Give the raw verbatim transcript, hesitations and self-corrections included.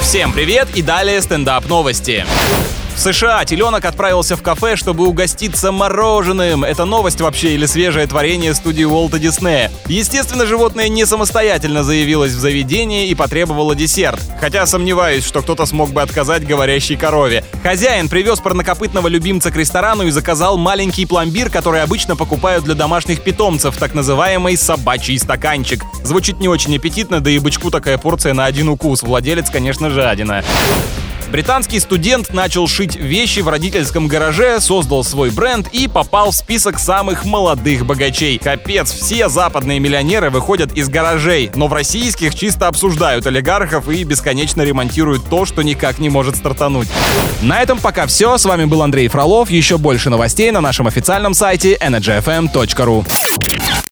Всем привет и далее стендап-новости. В США теленок отправился в кафе, чтобы угоститься мороженым. Это новость вообще или свежее творение студии Уолта Диснея? Естественно, животное не самостоятельно заявилось в заведение и потребовало десерт. Хотя сомневаюсь, что кто-то смог бы отказать говорящей корове. Хозяин привез парнокопытного любимца к ресторану и заказал маленький пломбир, который обычно покупают для домашних питомцев, так называемый собачий стаканчик. Звучит не очень аппетитно, да и бычку такая порция на один укус. Владелец, конечно, жадина. Британский студент начал шить вещи в родительском гараже, создал свой бренд и попал в список самых молодых богачей. Капец, все западные миллионеры выходят из гаражей, но в российских чисто обсуждают олигархов и бесконечно ремонтируют то, что никак не может стартануть. На этом пока все. С вами был Андрей Фролов. Еще больше новостей на нашем официальном сайте энерджи эф эм точка ру.